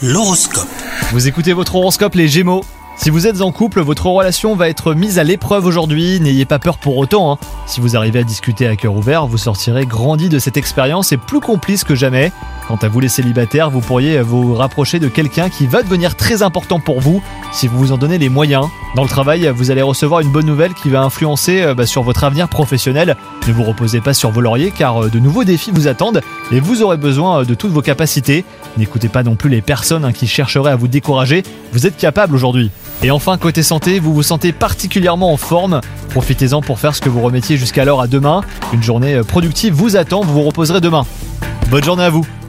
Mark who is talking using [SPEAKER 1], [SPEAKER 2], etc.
[SPEAKER 1] L'horoscope.
[SPEAKER 2] Vous écoutez votre horoscope les Gémeaux. Si vous êtes en couple, votre relation va être mise à l'épreuve aujourd'hui, n'ayez pas peur pour autant. Si vous arrivez à discuter à cœur ouvert, vous sortirez grandi de cette expérience et plus complice que jamais. Quant à vous les célibataires, vous pourriez vous rapprocher de quelqu'un qui va devenir très important pour vous si vous vous en donnez les moyens. Dans le travail, vous allez recevoir une bonne nouvelle qui va influencer sur votre avenir professionnel. Ne vous reposez pas sur vos lauriers car de nouveaux défis vous attendent et vous aurez besoin de toutes vos capacités. N'écoutez pas non plus les personnes qui chercheraient à vous décourager, vous êtes capable aujourd'hui. Et enfin, côté santé, vous vous sentez particulièrement en forme. Profitez-en pour faire ce que vous remettiez jusqu'alors à demain. Une journée productive vous attend, vous vous reposerez demain. Bonne journée à vous.